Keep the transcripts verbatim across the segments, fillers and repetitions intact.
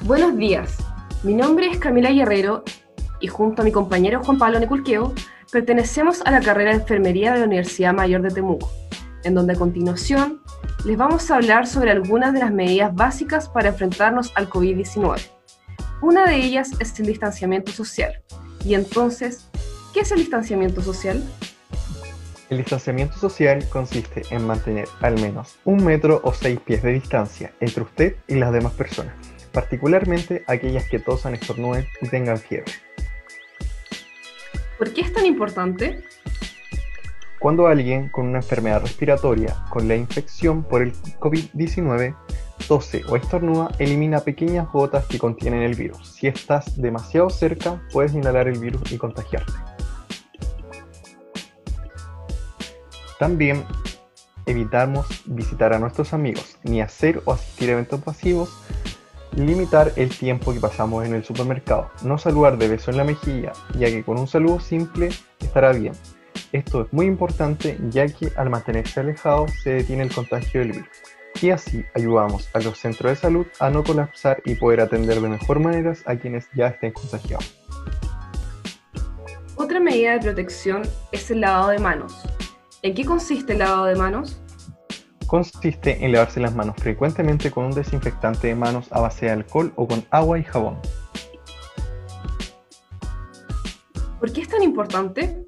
Buenos días, mi nombre es Camila Guerrero y junto a mi compañero Juan Pablo Neculqueo pertenecemos a la carrera de Enfermería de la Universidad Mayor de Temuco, en donde a continuación les vamos a hablar sobre algunas de las medidas básicas para enfrentarnos al COVID diecinueve. Una de ellas es el distanciamiento social. Y entonces, ¿qué es el distanciamiento social? El distanciamiento social consiste en mantener al menos un metro o seis pies de distancia entre usted y las demás personas, particularmente aquellas que tosan, estornuden y tengan fiebre. ¿Por qué es tan importante? Cuando alguien con una enfermedad respiratoria con la infección por el COVID diecinueve tose o estornuda, elimina pequeñas gotas que contienen el virus. Si estás demasiado cerca, puedes inhalar el virus y contagiarte. También evitamos visitar a nuestros amigos, ni hacer o asistir a eventos masivos, limitar el tiempo que pasamos en el supermercado, no saludar de beso en la mejilla, ya que con un saludo simple estará bien. Esto es muy importante, ya que al mantenerse alejados se detiene el contagio del virus. Y así ayudamos a los centros de salud a no colapsar y poder atender de mejor manera a quienes ya estén contagiados. Otra medida de protección es el lavado de manos. ¿En qué consiste el lavado de manos? Consiste en lavarse las manos frecuentemente con un desinfectante de manos a base de alcohol o con agua y jabón. ¿Por qué es tan importante?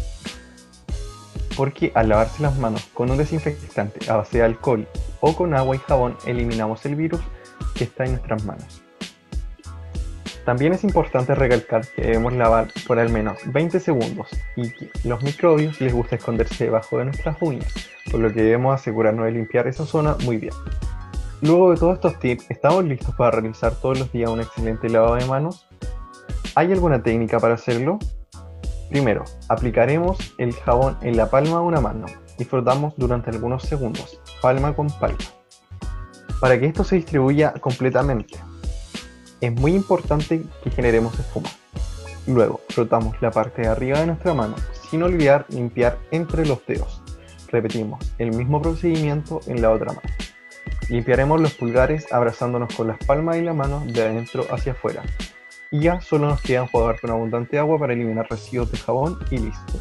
Porque al lavarse las manos con un desinfectante a base de alcohol o con agua y jabón, eliminamos el virus que está en nuestras manos. También es importante recalcar que debemos lavar por al menos veinte segundos y que los microbios les gusta esconderse debajo de nuestras uñas, por lo que debemos asegurarnos de limpiar esa zona muy bien. Luego de todos estos tips, ¿estamos listos para realizar todos los días un excelente lavado de manos? ¿Hay alguna técnica para hacerlo? Primero, aplicaremos el jabón en la palma de una mano y frotamos durante algunos segundos, palma con palma, para que esto se distribuya completamente. Es muy importante que generemos espuma. Luego, frotamos la parte de arriba de nuestra mano, sin olvidar limpiar entre los dedos. Repetimos el mismo procedimiento en la otra mano. Limpiaremos los pulgares abrazándonos con las palmas de la mano de adentro hacia afuera. Y ya solo nos queda enjuagar con abundante agua para eliminar residuos de jabón y listo.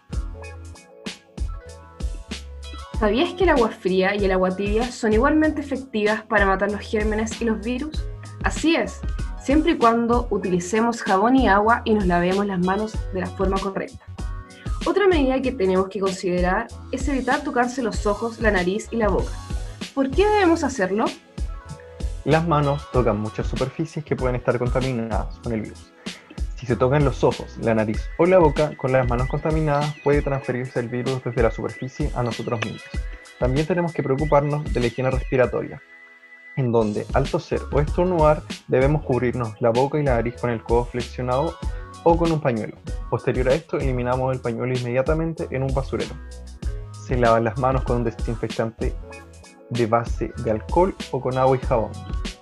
¿Sabías que el agua fría y el agua tibia son igualmente efectivas para matar los gérmenes y los virus? Así es, siempre y cuando utilicemos jabón y agua y nos lavemos las manos de la forma correcta. Otra medida que tenemos que considerar es evitar tocarse los ojos, la nariz y la boca. ¿Por qué debemos hacerlo? Las manos tocan muchas superficies que pueden estar contaminadas con el virus. Si se tocan los ojos, la nariz o la boca con las manos contaminadas, puede transferirse el virus desde la superficie a nosotros mismos. También tenemos que preocuparnos de la higiene respiratoria, en donde al toser o estornudar debemos cubrirnos la boca y la nariz con el codo flexionado o con un pañuelo. Posterior a esto, eliminamos el pañuelo inmediatamente en un basurero. Se lavan las manos con un desinfectante de base de alcohol o con agua y jabón.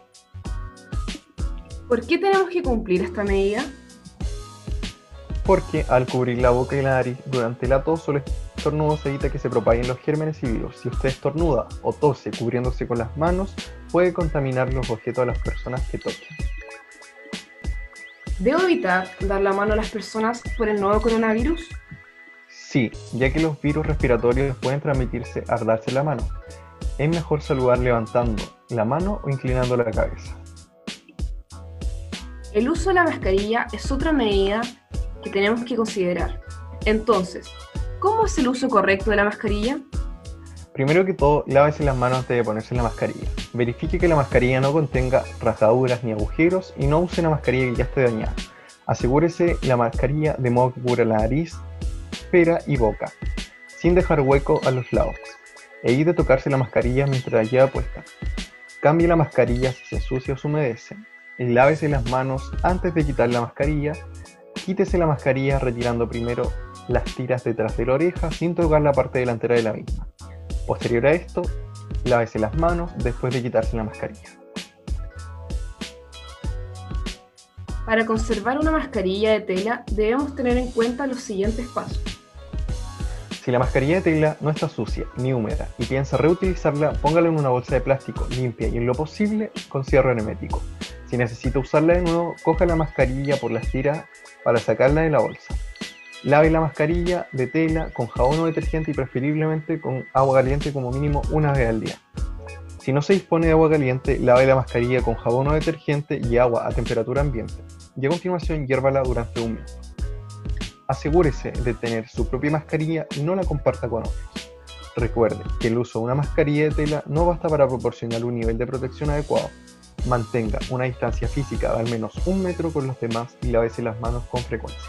¿Por qué tenemos que cumplir esta medida? Porque al cubrir la boca y la nariz durante la tos o el estornudo se evita que se propaguen los gérmenes y virus. Si usted estornuda o tose cubriéndose con las manos, puede contaminar los objetos a las personas que toquen. ¿Debo evitar dar la mano a las personas por el nuevo coronavirus? Sí, ya que los virus respiratorios pueden transmitirse al darse la mano. Es mejor saludar levantando la mano o inclinando la cabeza. El uso de la mascarilla es otra medida que tenemos que considerar. Entonces, ¿cómo es el uso correcto de la mascarilla? Primero que todo, lávese las manos antes de ponerse la mascarilla. Verifique que la mascarilla no contenga rajaduras ni agujeros y no use una mascarilla que ya esté dañada. Asegúrese la mascarilla de modo que cubra la nariz, pera y boca, sin dejar hueco a los lados. Evite tocarse la mascarilla mientras la lleva puesta. Cambie la mascarilla si se ensucia o se humedece. Lávese las manos antes de quitar la mascarilla. Quítese la mascarilla retirando primero las tiras detrás de la oreja sin tocar la parte delantera de la misma. Posterior a esto, lávese las manos después de quitarse la mascarilla. Para conservar una mascarilla de tela debemos tener en cuenta los siguientes pasos. Si la mascarilla de tela no está sucia ni húmeda y piensa reutilizarla, póngala en una bolsa de plástico limpia y en lo posible con cierre hermético. Si necesita usarla de nuevo, coja la mascarilla por las tiras para sacarla de la bolsa. Lave la mascarilla de tela con jabón o detergente y preferiblemente con agua caliente como mínimo una vez al día. Si no se dispone de agua caliente, lave la mascarilla con jabón o detergente y agua a temperatura ambiente. Y a continuación hiérvala durante un minuto. Asegúrese de tener su propia mascarilla y no la comparta con otros. Recuerde que el uso de una mascarilla de tela no basta para proporcionar un nivel de protección adecuado. Mantenga una distancia física de al menos un metro con los demás y lávese las manos con frecuencia.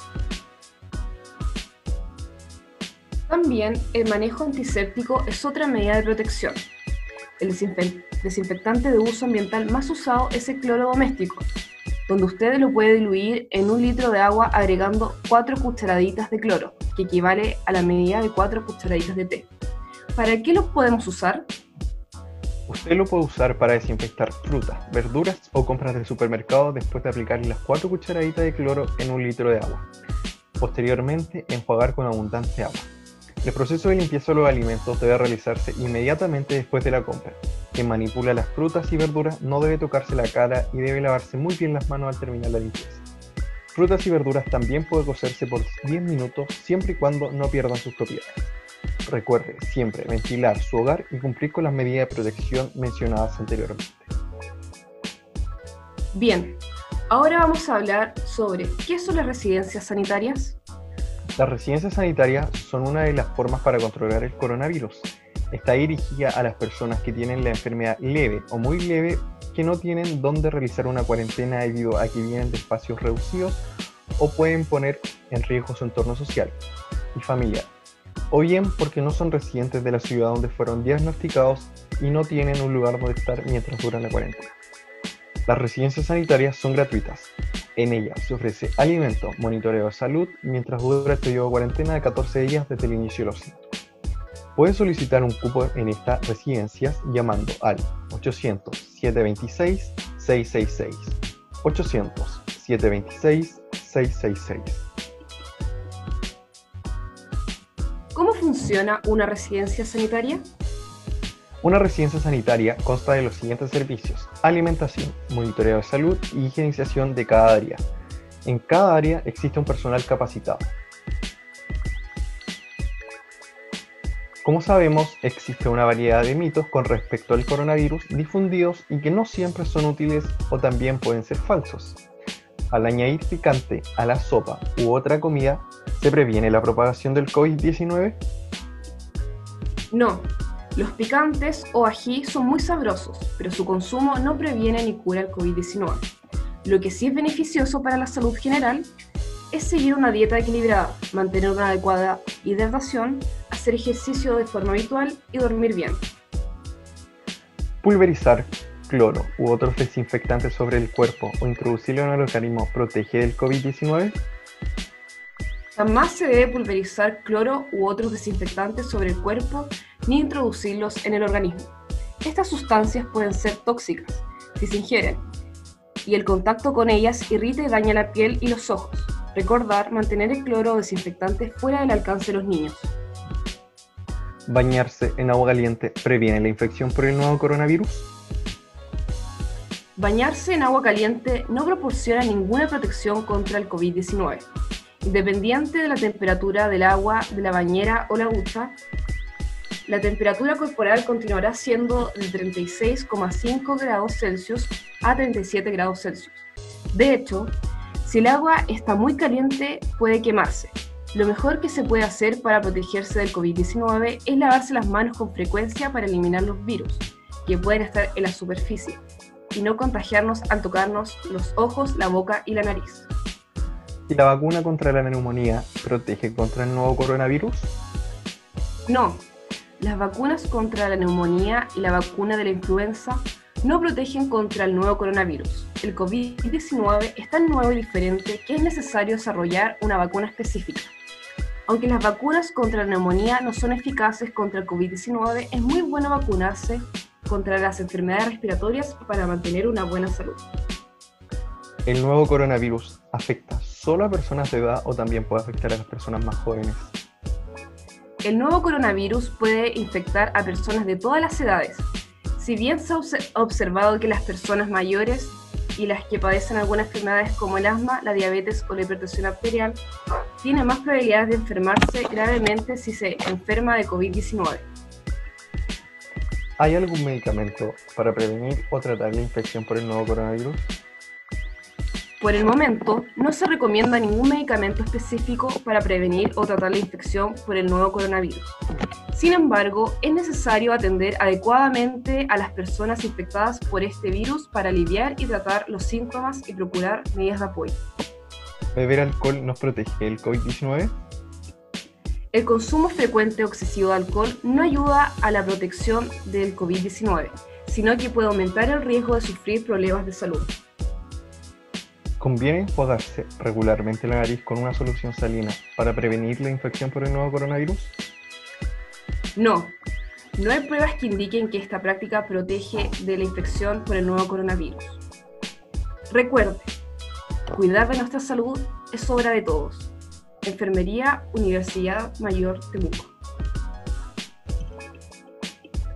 También el manejo antiséptico es otra medida de protección. El desinfe- desinfectante de uso ambiental más usado es el cloro doméstico, donde usted lo puede diluir en un litro de agua agregando cuatro cucharaditas de cloro, que equivale a la medida de cuatro cucharaditas de té. ¿Para qué lo podemos usar? Usted lo puede usar para desinfectar frutas, verduras o compras del supermercado después de aplicarle las cuatro cucharaditas de cloro en un litro de agua. Posteriormente, enjuagar con abundante agua. El proceso de limpieza de los alimentos debe realizarse inmediatamente después de la compra. Quien manipula las frutas y verduras no debe tocarse la cara y debe lavarse muy bien las manos al terminar la limpieza. Frutas y verduras también pueden cocerse por diez minutos siempre y cuando no pierdan sus propiedades. Recuerde siempre ventilar su hogar y cumplir con las medidas de protección mencionadas anteriormente. Bien, ahora vamos a hablar sobre qué son las residencias sanitarias. Las residencias sanitarias son una de las formas para controlar el coronavirus. Está dirigida a las personas que tienen la enfermedad leve o muy leve que no tienen dónde realizar una cuarentena debido a que vienen de espacios reducidos o pueden poner en riesgo su entorno social y familiar, o bien porque no son residentes de la ciudad donde fueron diagnosticados y no tienen un lugar donde estar mientras dura la cuarentena. Las residencias sanitarias son gratuitas. En ellas se ofrece alimento, monitoreo de salud mientras dura el periodo de cuarentena de catorce días desde el inicio de los síntomas. Puede solicitar un cupo en estas residencias llamando al ochocientos, setecientos veintiséis, seiscientos sesenta y seis, ochocientos, setecientos veintiséis, seiscientos sesenta y seis. ¿Cómo funciona una residencia sanitaria? Una residencia sanitaria consta de los siguientes servicios: alimentación, monitoreo de salud y higienización de cada área. En cada área existe un personal capacitado. Como sabemos, existe una variedad de mitos con respecto al coronavirus difundidos y que no siempre son útiles o también pueden ser falsos. Al añadir picante a la sopa u otra comida, ¿se previene la propagación del COVID diecinueve? No. Los picantes o ají son muy sabrosos, pero su consumo no previene ni cura el COVID diecinueve. Lo que sí es beneficioso para la salud general es seguir una dieta equilibrada, mantener una adecuada hidratación, hacer ejercicio de forma habitual y dormir bien. Pulverizar cloro u otros desinfectantes sobre el cuerpo o introducirlo en el organismo protege del COVID diecinueve. Jamás se debe pulverizar cloro u otros desinfectantes sobre el cuerpo ni introducirlos en el organismo. Estas sustancias pueden ser tóxicas si se ingieren, y el contacto con ellas irrita y daña la piel y los ojos. Recordar mantener el cloro o desinfectante fuera del alcance de los niños. ¿Bañarse en agua caliente previene la infección por el nuevo coronavirus? Bañarse en agua caliente no proporciona ninguna protección contra el COVID diecinueve. Independiente de la temperatura del agua de la bañera o la ducha, la temperatura corporal continuará siendo de treinta y seis coma cinco grados Celsius a treinta y siete grados Celsius. De hecho, si el agua está muy caliente, puede quemarse. Lo mejor que se puede hacer para protegerse del COVID diecinueve es lavarse las manos con frecuencia para eliminar los virus que pueden estar en la superficie y no contagiarnos al tocarnos los ojos, la boca y la nariz. ¿Y la vacuna contra la neumonía protege contra el nuevo coronavirus? No, las vacunas contra la neumonía y la vacuna de la influenza no protegen contra el nuevo coronavirus. El COVID diecinueve es tan nuevo y diferente que es necesario desarrollar una vacuna específica. Aunque las vacunas contra la neumonía no son eficaces contra el COVID diecinueve, es muy bueno vacunarse contra las enfermedades respiratorias para mantener una buena salud. ¿El nuevo coronavirus afecta solo a personas de edad o también puede afectar a las personas más jóvenes? El nuevo coronavirus puede infectar a personas de todas las edades. Si bien se ha observado que las personas mayores y las que padecen algunas enfermedades como el asma, la diabetes o la hipertensión arterial tienen más probabilidades de enfermarse gravemente si se enferma de COVID diecinueve. ¿Hay algún medicamento para prevenir o tratar la infección por el nuevo coronavirus? Por el momento, no se recomienda ningún medicamento específico para prevenir o tratar la infección por el nuevo coronavirus. Sin embargo, es necesario atender adecuadamente a las personas infectadas por este virus para aliviar y tratar los síntomas y procurar medidas de apoyo. ¿Beber alcohol nos protege del COVID diecinueve? El consumo frecuente o excesivo de alcohol no ayuda a la protección del COVID diecinueve, sino que puede aumentar el riesgo de sufrir problemas de salud. ¿Conviene enjuagarse regularmente la nariz con una solución salina para prevenir la infección por el nuevo coronavirus? No, no hay pruebas que indiquen que esta práctica protege de la infección por el nuevo coronavirus. Recuerde, cuidar de nuestra salud es obra de todos. Enfermería, Universidad Mayor Temuco.